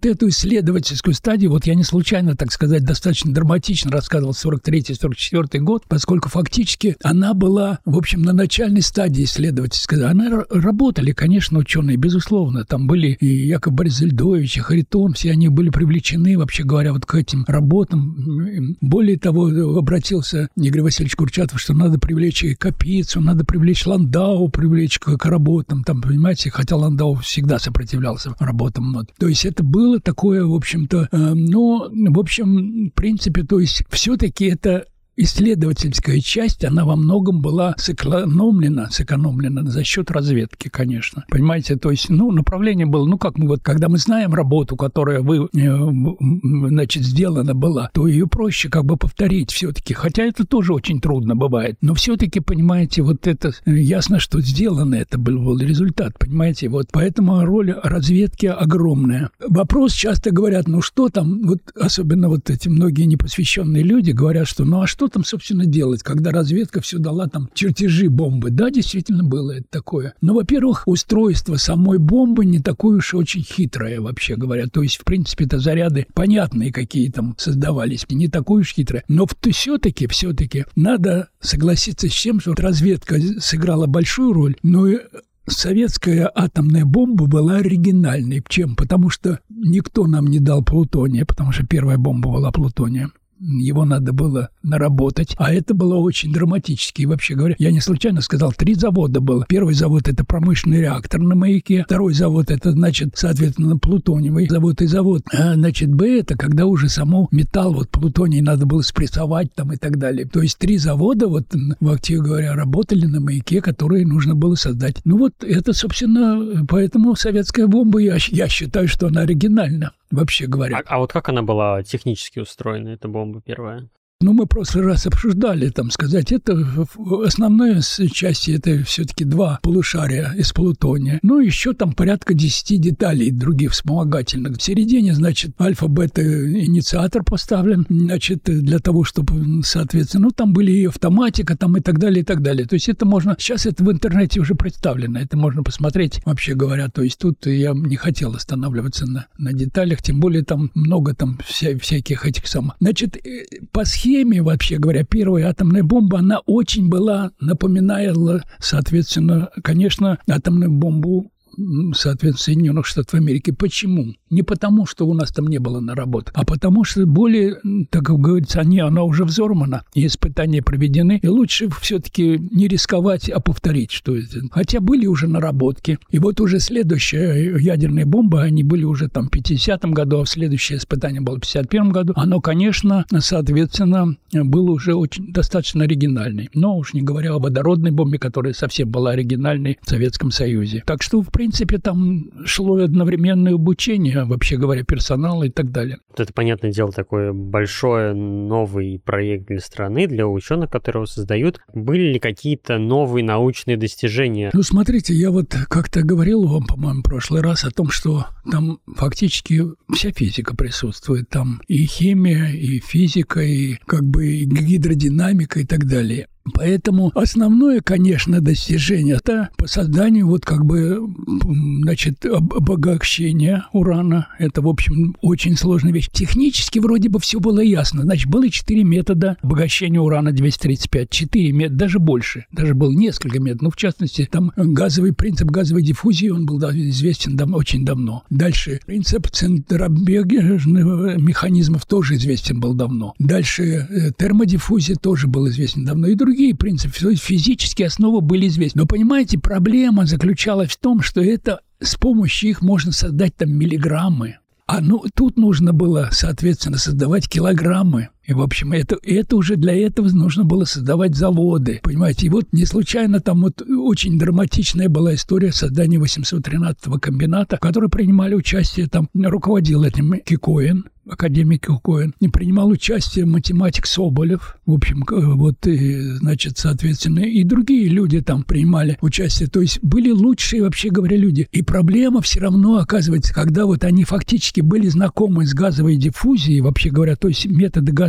вот эту исследовательскую стадию, вот я не случайно, так сказать, достаточно драматично рассказывал сорок третий — сорок четвёртый год, поскольку фактически она была, в общем, на начальной стадии исследовательской. Она работали, конечно, ученые, безусловно. Там были и Яков Борисович Зельдович, и Харитон, все они были привлечены, вообще говоря, вот к этим работам. Более того, обратился Игорь Васильевич Курчатов, что надо привлечь и Капицу, надо привлечь Ландау, привлечь к, к работам, там, понимаете, хотя Ландау всегда сопротивлялся работам. То есть это было такое, в общем-то, э, но, в общем, в принципе, то есть все-таки это исследовательская часть, она во многом была сэкономлена, сэкономлена за счет разведки, конечно. Понимаете, то есть, ну, направление было, ну, как мы вот, когда мы знаем работу, которая вы, э, значит, сделана была, то ее проще как бы повторить все-таки, хотя это тоже очень трудно бывает, но все-таки, понимаете, вот это, ясно, что сделано, это был, был результат, понимаете, вот, поэтому роль разведки огромная. Вопрос, часто говорят, ну, что там, вот, особенно вот эти многие непосвященные люди говорят, что, ну, а что там, собственно, делать, когда разведка все дала там чертежи бомбы? Да, действительно было это такое. Но, во-первых, устройство самой бомбы не такое уж и очень хитрое, вообще говоря. То есть, в принципе, это заряды понятные, какие там создавались, не такое уж хитрое. Но все-таки, все-таки надо согласиться с тем, что разведка сыграла большую роль, но и советская атомная бомба была оригинальной. Чем? Потому что никто нам не дал плутония, потому что первая бомба была плутонием. Его надо было наработать, а это было очень драматически. И вообще говоря, я не случайно сказал, три завода было. Первый завод – это промышленный реактор на Маяке, второй завод – это, значит, соответственно, плутониевый завод и завод. А, значит, Б – это когда уже само металл, вот плутоний надо было спрессовать там и так далее. То есть три завода, вот, вообще говоря, работали на Маяке, которые нужно было создать. Ну вот это, собственно, поэтому советская бомба, я, я считаю, что она оригинальна. Вообще говоря. А, а вот как она была технически устроена, эта бомба первая? Ну, мы в прошлый раз обсуждали, там, сказать, это основная часть, это все-таки два полушария из плутония. Ну, еще там порядка десяти деталей других вспомогательных. В середине, значит, альфа-бета-инициатор поставлен, значит, для того, чтобы, соответственно, ну, там были и автоматика, там и так далее, и так далее. То есть это можно, сейчас это в интернете уже представлено, это можно посмотреть, вообще говоря. То есть тут я не хотел останавливаться на, на деталях, тем более там много там вся, всяких этих самых. Значит, по схеме, вообще говоря, первая атомная бомба, она очень была, напоминала, соответственно, конечно, атомную бомбу, соответственно, Соединенных Штатов Америки. Почему? Не потому, что у нас там не было наработок, а потому, что более, так как говорится, они, она уже взорвана, и испытания проведены, и лучше все-таки не рисковать, а повторить, что это. Хотя были уже наработки. И вот уже следующая ядерная бомба, они были уже там в пятидесятом году, а следующее испытание было в пятьдесят первом году. Оно, конечно, соответственно, было уже очень достаточно оригинальной. Но уж не говоря о водородной бомбе, которая совсем была оригинальной в Советском Союзе. Так что, в принципе, В принципе, там шло одновременное обучение, вообще говоря, персонала и так далее. Вот это, понятное дело, такой большой новый проект для страны, для ученых, которые его создают. Были ли какие-то новые научные достижения? Ну, смотрите, я вот как-то говорил вам, по-моему, в прошлый раз о том, что там фактически вся физика присутствует. Там и химия, и физика, и как бы и гидродинамика и так далее. Поэтому основное, конечно, достижение – это по созданию вот как бы, значит, обогащения урана. Это, в общем, очень сложная вещь. Технически вроде бы все было ясно. Значит, было четыре метода обогащения урана двести тридцать пять. Четыре метода, даже больше. Даже было несколько методов. Ну, в частности, там газовый принцип газовой диффузии, он был известен давно, очень давно. Дальше принцип центробежных механизмов тоже известен был давно. Дальше термодиффузия тоже был известен давно. И другие Другие принципы, то есть физические основы были известны. Но, понимаете, проблема заключалась в том, что это с помощью их можно создать там миллиграммы. А ну, тут нужно было, соответственно, создавать килограммы. И, в общем, это, это уже для этого нужно было создавать заводы, понимаете. И вот не случайно там вот очень драматичная была история создания восемьсот тринадцатого комбината, в которой принимали участие, там руководил этим Кикоин, академик Кикоин, и принимал участие математик Соболев, в общем, вот, и, значит, соответственно, и другие люди там принимали участие. То есть были лучшие, вообще говоря, люди. И проблема все равно, оказывается, когда вот они фактически были знакомы с газовой диффузией, вообще говоря, то есть методы газовой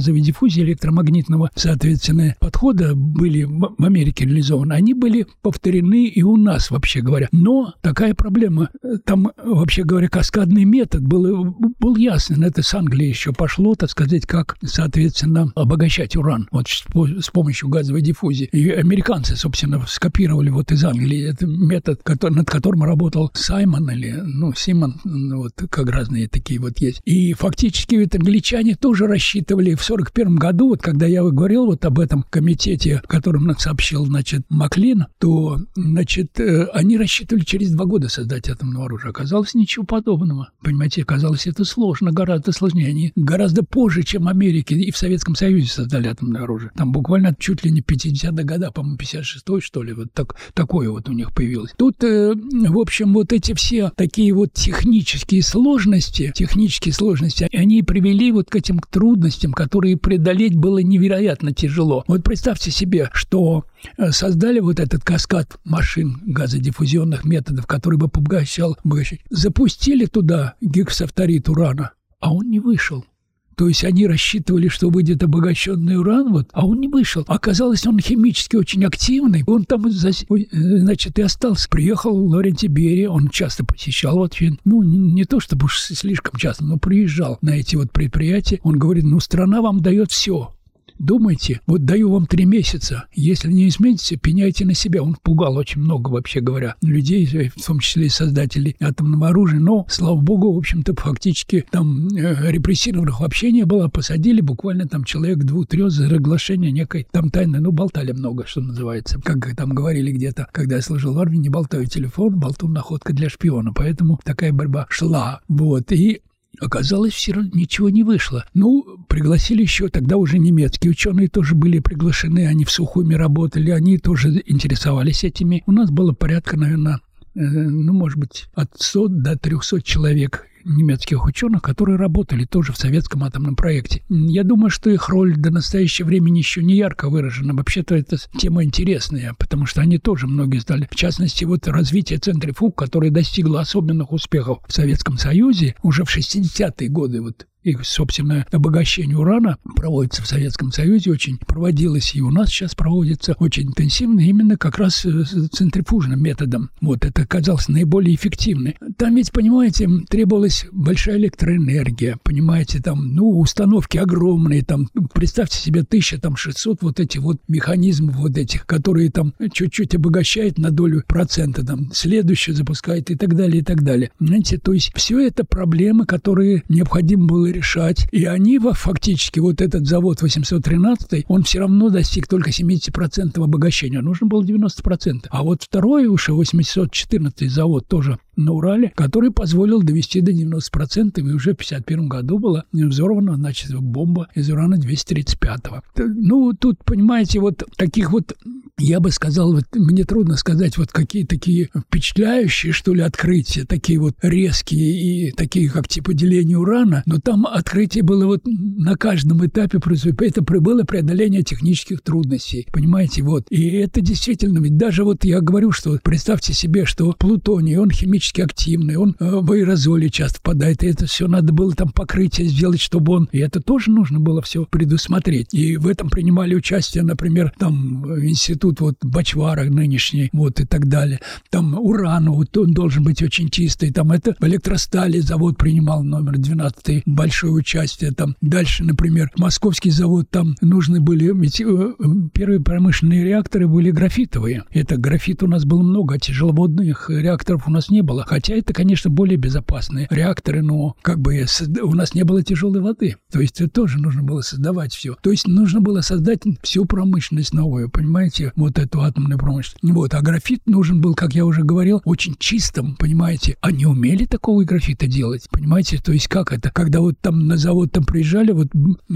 газовой диффузии, электромагнитного, соответственно, подхода были в Америке реализованы. Они были повторены и у нас, вообще говоря. Но такая проблема. Там, вообще говоря, каскадный метод был, был ясен. Это с Англии еще пошло, так сказать, как, соответственно, обогащать уран вот с помощью газовой диффузии. И американцы, собственно, скопировали вот из Англии этот метод, который, над которым работал Саймон или, ну, Симон, вот как разные такие вот есть. И фактически ведь англичане тоже рассчитывали в сорок первом году, вот когда я говорил вот об этом комитете, о котором нам сообщил, значит, Маклин, то, значит, они рассчитывали через два года создать атомное оружие. Оказалось, ничего подобного. Понимаете, оказалось, это сложно, гораздо сложнее. Они гораздо позже, чем Америки и в Советском Союзе создали атомное оружие. Там буквально чуть ли не пятидесятые годы, по-моему, пятьдесят шестой, что ли, вот так, такое вот у них появилось. Тут, э, в общем, вот эти все такие вот технические сложности, технические сложности, они привели вот к этим трудностям, которые преодолеть было невероятно тяжело. Вот представьте себе, что создали вот этот каскад машин газодиффузионных методов, который бы обогащал, обогащал. Запустили туда гексафторид урана, а он не вышел. То есть они рассчитывали, что выйдет обогащенный уран, вот, а он не вышел. Оказалось, он химически очень активный. Он там, значит, и остался. Приехал Лоренцо Берия, он часто посещал, вот, ну, не, не то чтобы уж слишком часто, но приезжал на эти вот предприятия. Он говорит, ну, страна вам дает все. Думайте, вот даю вам три месяца, если не измените, пеняйте на себя. Он пугал очень много, вообще говоря, людей, в том числе и создателей атомного оружия, но, слава богу, в общем-то, фактически там э, репрессированных вообще не было, посадили буквально там человек двух-трех за разглашение некой там тайны, ну, болтали много, что называется, как там говорили где-то, когда я служил в армии, не болтаю телефон, болтун находка для шпиона, поэтому такая борьба шла, вот, и оказалось, все равно ничего не вышло. Ну, пригласили еще, тогда уже немецкие ученые тоже были приглашены, они в Сухуми работали, они тоже интересовались этими. У нас было порядка, наверное, э, ну, может быть, от ста до трехсот человек немецких ученых, которые работали тоже в советском атомном проекте. Я думаю, что их роль до настоящего времени еще не ярко выражена. Вообще-то это тема интересная, потому что они тоже многие сдали. В частности, вот развитие центрифуг, которое достигло особенных успехов в Советском Союзе уже в шестидесятые годы, вот, их, собственно, обогащение урана проводится в Советском Союзе, очень проводилось и у нас сейчас проводится очень интенсивно, именно как раз центрифужным методом. Вот, это оказалось наиболее эффективным. Там ведь, понимаете, требовалась большая электроэнергия, понимаете, там, ну, установки огромные, там, представьте себе, тысяча шестьсот вот этих вот механизмов вот этих, которые там чуть-чуть обогащают на долю процента, там, следующее запускает и так далее, и так далее. Знаете, то есть все это проблемы, которые необходимо было решать. И они фактически, вот этот завод восемьсот тринадцатый, он все равно достиг только семьдесят процентов обогащения. Нужно было девяносто процентов. А вот второй уже восемьсот четырнадцатый завод тоже на Урале, который позволил довести до девяноста процентов, и уже в пятьдесят первом году была взорвана, значит, бомба из урана двести тридцать пятого. Ну, тут, понимаете, вот таких вот, я бы сказал, вот мне трудно сказать, вот какие такие впечатляющие, что ли, открытия, такие вот резкие и такие, как типа деления урана, но там открытие было вот на каждом этапе, это было преодоление технических трудностей, понимаете, вот. И это действительно, ведь даже вот я говорю, что представьте себе, что плутоний, он химически активный, он в аэрозоли часто впадает, и это все надо было там покрытие сделать, чтобы он, и это тоже нужно было все предусмотреть. И в этом принимали участие, например, там институт вот Бачвара нынешний, вот и так далее. Там уран, вот он должен быть очень чистый, там это в электростали завод принимал номер двенадцатый большое участие, там дальше, например, московский завод, там нужны были, ведь первые промышленные реакторы были графитовые. Это графит у нас было много, а тяжеловодных реакторов у нас не было. Хотя это, конечно, более безопасные реакторы, но как бы у нас не было тяжелой воды. То есть это тоже нужно было создавать все. То есть нужно было создать всю промышленность новую, понимаете, вот эту атомную промышленность. Вот, а графит нужен был, как я уже говорил, очень чистым, понимаете. Они умели такого графита делать, понимаете? То есть как это? Когда вот там на завод там приезжали, вот,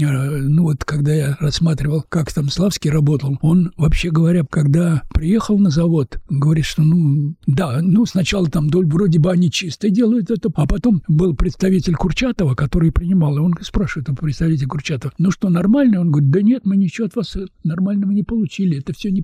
ну вот когда я рассматривал, как там Славский работал, он, вообще говоря, когда приехал на завод, говорит, что, ну, да, ну, сначала там вроде бы они чисто делают это, а потом был представитель Курчатова, который принимал, и он спрашивает у представителя Курчатова, ну что, нормально? Он говорит, да нет, мы ничего от вас нормального не получили, это все не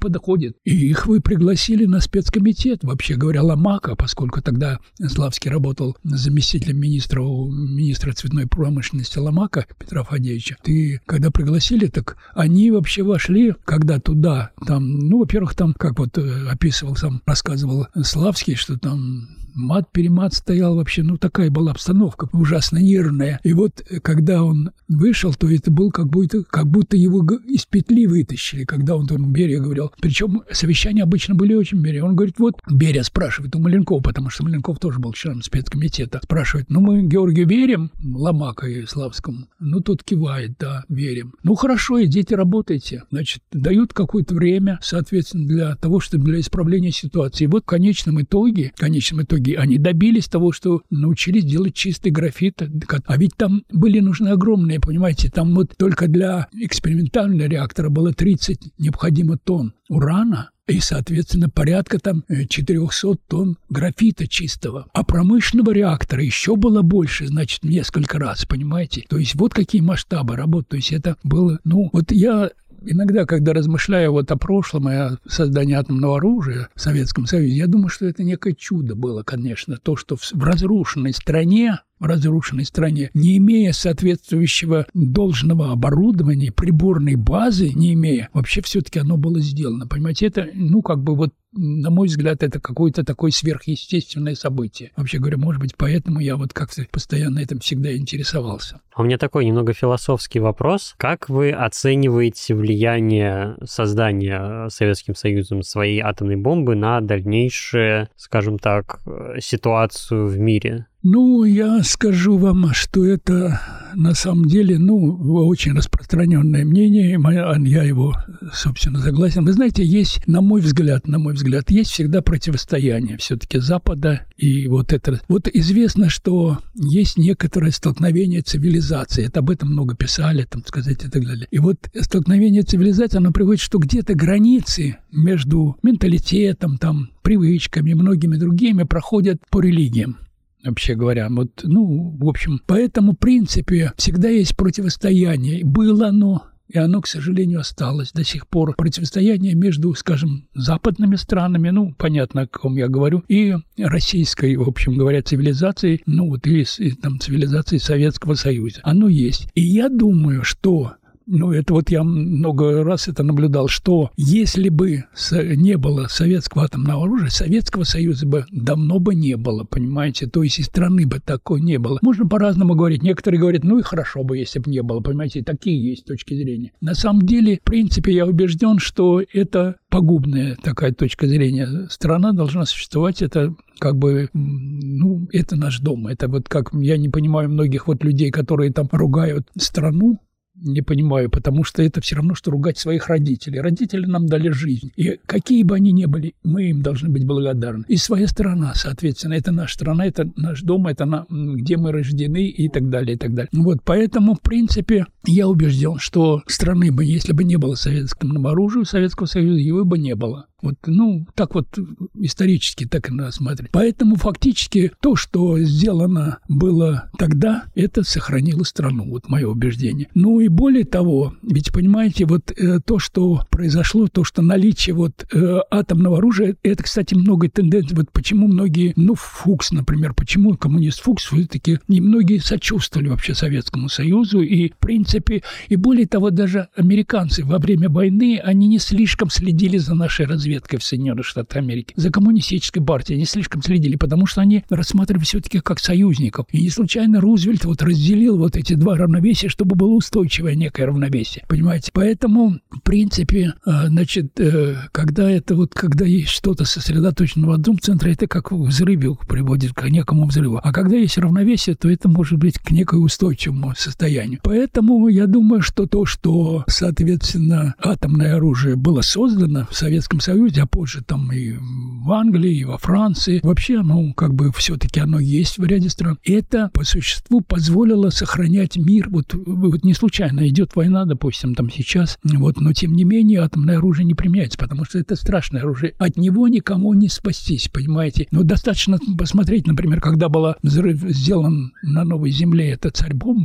подходит. И их вы пригласили на спецкомитет, вообще говоря, Ломака, поскольку тогда Славский работал заместителем министра, министра цветной промышленности Ломака Петра Фадеевича. Ты, когда пригласили, так они вообще вошли, когда туда, там, ну, во-первых, там, как вот описывал сам, рассказывал Славский, что там мат-перемат стоял вообще, ну, такая была обстановка ужасно нервная. И вот, когда он вышел, то это был как будто, как будто его из петли вытащили, когда он там Берия говорил. Причем совещания обычно были очень Берия. Он говорит, вот, Берия спрашивает у Маленкова, потому что Маленков тоже был членом спецкомитета, спрашивает, ну, мы Георгию верим, Ломака и Славскому? Ну, тот кивает, да, верим. Ну, хорошо, идите, работайте. Значит, дают какое-то время, соответственно, для того, чтобы для исправления ситуации. И вот в конечном итоге, в конечном итоге они добились того, что научились делать чистый графит. А ведь там были нужны огромные, понимаете, там вот только для экспериментального реактора было тридцать необходимо тонн урана, и, соответственно, порядка там четыреста тонн графита чистого. А промышленного реактора еще было больше, значит, в несколько раз, понимаете? То есть вот какие масштабы работы. То есть это было, ну, вот я... Иногда, когда размышляю вот о прошлом и о создании атомного оружия в Советском Союзе, я думаю, что это некое чудо было, конечно. То, что в разрушенной стране, в разрушенной стране, не имея соответствующего должного оборудования, приборной базы, не имея, вообще все-таки оно было сделано. Понимаете, это, ну, как бы вот, на мой взгляд, это какое-то такое сверхъестественное событие. Вообще говоря, может быть, поэтому я вот как-то постоянно этим всегда интересовался. У меня такой немного философский вопрос. Как вы оцениваете влияние создания Советским Союзом своей атомной бомбы на дальнейшую, скажем так, ситуацию в мире? Ну, я скажу вам, что это на самом деле, ну, очень распространенное мнение, я его, собственно, согласен. Вы знаете, есть, на мой взгляд, на мой взгляд, есть всегда противостояние все-таки Запада и вот это. Вот известно, что есть некоторое столкновение цивилизаций. Это об этом много писали, там, сказать, и так далее. И вот столкновение цивилизаций, оно приводит, что где-то границы между менталитетом, там, привычками, многими другими проходят по религиям. Вообще говоря, вот, ну, в общем, поэтому, в принципе, всегда есть противостояние. Было оно, и оно, к сожалению, осталось до сих пор. Противостояние между, скажем, западными странами, ну, понятно, о ком я говорю, и российской, в общем говоря, цивилизацией, ну, вот, и, и там, цивилизацией Советского Союза. Оно есть. И я думаю, что... Ну, это вот я много раз это наблюдал, что если бы не было советского атомного оружия, Советского Союза бы давно бы не было, понимаете? То есть и страны бы такой не было. Можно по-разному говорить. Некоторые говорят, ну и хорошо бы, если бы не было, понимаете? Такие есть точки зрения. На самом деле, в принципе, я убежден, что это пагубная такая точка зрения. Страна должна существовать, это... как бы, ну, это наш дом. Это вот как, я не понимаю многих вот людей, которые там ругают страну, не понимаю, потому что это все равно, что ругать своих родителей. Родители нам дали жизнь. И какие бы они ни были, мы им должны быть благодарны. И своя страна, соответственно, это наша страна, это наш дом, это на, где мы рождены и так далее, и так далее. Вот, поэтому, в принципе, я убежден, что страны бы, если бы не было советского оружия, Советского Союза, его бы не было. Вот, ну, так вот исторически так и надо смотреть. Поэтому фактически то, что сделано было тогда, это сохранило страну, вот мое убеждение. Ну и более того, ведь понимаете, вот э, то, что произошло, то, что наличие вот э, атомного оружия, это, кстати, много тенденций. Вот почему многие, ну, Фукс, например, почему коммунист Фукс все-таки, не многие сочувствовали вообще Советскому Союзу, и, в принципе, и более того, даже американцы во время войны, они не слишком следили за нашей разведкой в Соединенных Штатах Америки, за коммунистической партией, они слишком следили, потому что они рассматривали все-таки как союзников. И не случайно Рузвельт вот разделил вот эти два равновесия, чтобы было устойчивое некое равновесие, понимаете? Поэтому, в принципе, значит, когда это вот, когда есть что-то сосредоточено в одном центре, это как в взрыве приводит к некому взрыву. А когда есть равновесие, то это может быть к некому устойчивому состоянию. Поэтому я думаю, что то, что, соответственно, атомное оружие было создано в Советском Союзе, а позже там и в Англии, и во Франции. Вообще, ну, как бы все-таки оно есть в ряде стран. Это, по существу, позволило сохранять мир. Вот, вот не случайно идет война, допустим, там сейчас, вот, но тем не менее атомное оружие не применяется, потому что это страшное оружие. От него никому не спастись, понимаете? Но достаточно посмотреть, например, когда был взрыв сделан на Новой Земле, это царь бомбы,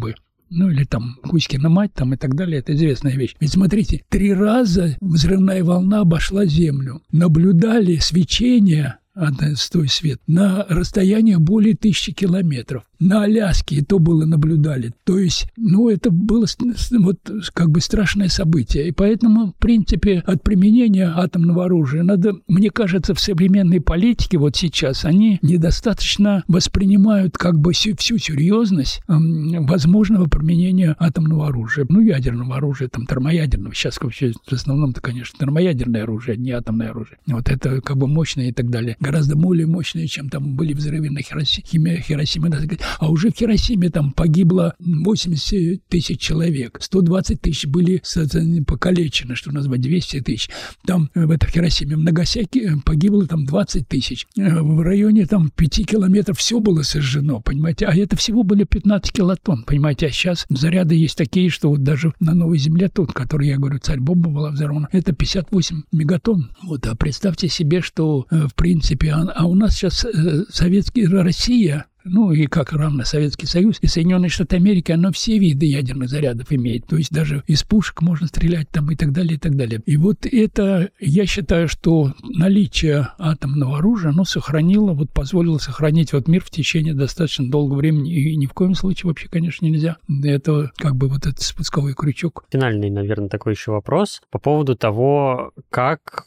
ну или там Кузькина мать там и так далее, это известная вещь. Ведь смотрите, три раза взрывная волна обошла Землю. Наблюдали свечение с той свет на расстояниях более тысячи километров. На Аляске и то было наблюдали. То есть, ну, это было вот как бы страшное событие. И поэтому, в принципе, от применения атомного оружия надо, мне кажется, в современной политике вот сейчас они недостаточно воспринимают как бы всю, всю серьезность эм, возможного применения атомного оружия. Ну, ядерного оружия, там, термоядерного. Сейчас вообще в основном-то, конечно, термоядерное оружие, не атомное оружие. Вот это как бы мощное и так далее. Гораздо более мощные, чем там были взрывы на Хиросиме. Хиросиме, а уже в Хиросиме там погибло восемьдесят тысяч человек. сто двадцать тысяч были покалечены, что назвать, двести тысяч. Там в этой Хиросиме, в Нагасаки погибло там двадцать тысяч. В районе там пяти километров все было сожжено, понимаете. А это всего были пятнадцать килотонн, понимаете. А сейчас заряды есть такие, что вот даже на Новой Земле тот, который, я говорю, царь-бомба была взорвана, это пятьдесят восемь мегатонн. Вот, а представьте себе, что в принципе А у нас сейчас э, советский Россия, ну и как равно Советский Союз и Соединенные Штаты Америки, оно все виды ядерных зарядов имеет. То есть даже из пушек можно стрелять там и так далее, и так далее. И вот это, я считаю, что наличие атомного оружия, оно сохранило, вот позволило сохранить вот мир в течение достаточно долгого времени. И ни в коем случае вообще, конечно, нельзя. Это как бы вот этот спусковой крючок. Финальный, наверное, такой еще вопрос по поводу того, как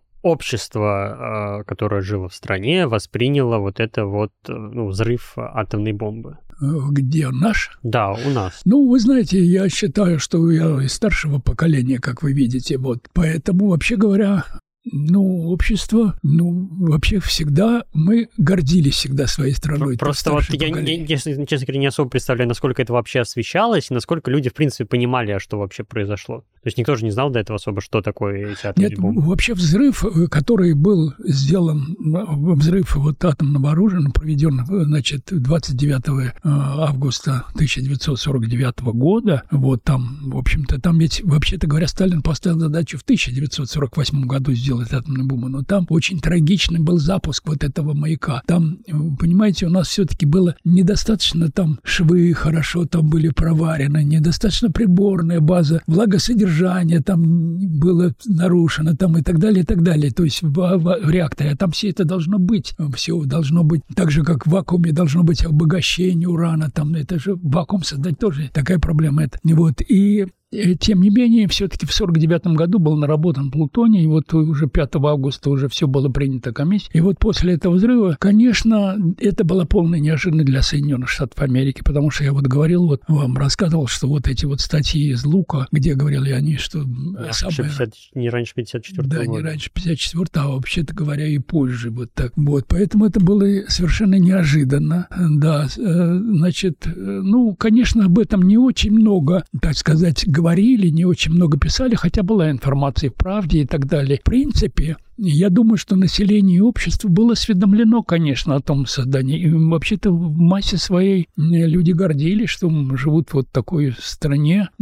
общество, которое жило в стране, восприняло вот это вот, ну, взрыв атомной бомбы. Где наш? Да, у нас. Ну, вы знаете, я считаю, что я из старшего поколения, как вы видите, вот. Поэтому, вообще говоря, ну, общество, ну, вообще всегда мы гордились всегда своей страной. Просто вот я, я, честно, честно говоря, не особо представляю, насколько это вообще освещалось, насколько люди, в принципе, понимали, что вообще произошло. То есть никто же не знал до этого особо, что такое эти атомные Нет, бомбы. Вообще взрыв, который был сделан, взрыв вот атомного оружия, проведен, значит, двадцать девятого августа тысяча девятьсот сорок девятого года, вот там, в общем-то, там ведь, вообще-то говоря, Сталин поставил задачу в тысяча девятьсот сорок восьмом году сделать делать атомную бомбу, но там очень трагичный был запуск вот этого маяка. Там, понимаете, у нас все-таки было недостаточно там швы хорошо там были проварены, недостаточно приборная база, влагосодержание там было нарушено там и так далее, и так далее. То есть в, в, в реакторе, а там все это должно быть. Все должно быть так же, как в вакууме должно быть обогащение урана. Там это же вакуум создать тоже такая проблема. Это. Вот. И тем не менее, все-таки в сорок девятом году был наработан плутоний, и вот уже пятого августа уже все было принято комиссией. И вот после этого взрыва, конечно, это была полная неожиданность для Соединенных Штатов Америки, потому что я вот говорил, вот вам рассказывал, что вот эти вот статьи из Лука, где говорили они, что... Да, самое... пятьдесят, не раньше пятьдесят четвёртого Да, года. не раньше пятьдесят четвёртого, а вообще-то говоря, и позже. Вот так. Вот, поэтому это было совершенно неожиданно. Да, значит, ну, конечно, об этом не очень много, так сказать, говорили, не очень много писали, хотя была информация в «Правде» и так далее. В принципе, я думаю, что население и общество было осведомлено, конечно, о том создании. И вообще-то в массе своей люди гордились, что живут вот в такой стране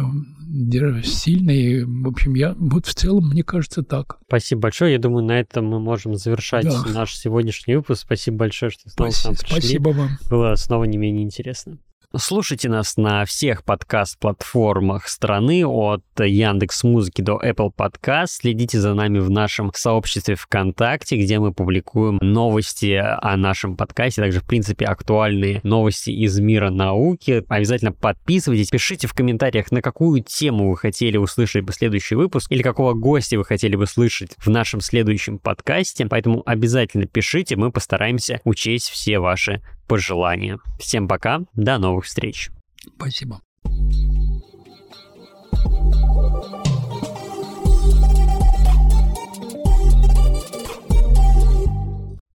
сильной. В общем, я вот в целом, мне кажется, так. Спасибо большое. Я думаю, на этом мы можем завершать да. наш сегодняшний выпуск. Спасибо большое, что снова Спасибо, к нам пришли. Спасибо вам. Было снова не менее интересно. Слушайте нас на всех подкаст-платформах страны, от Яндекс.Музыки до Apple Podcast. Следите за нами в нашем сообществе ВКонтакте, где мы публикуем новости о нашем подкасте, также, в принципе, актуальные новости из мира науки. Обязательно подписывайтесь, пишите в комментариях, на какую тему вы хотели услышать бы следующий выпуск или какого гостя вы хотели бы слышать в нашем следующем подкасте. Поэтому обязательно пишите, мы постараемся учесть все ваши пожелания. Всем пока, до новых встреч. Спасибо.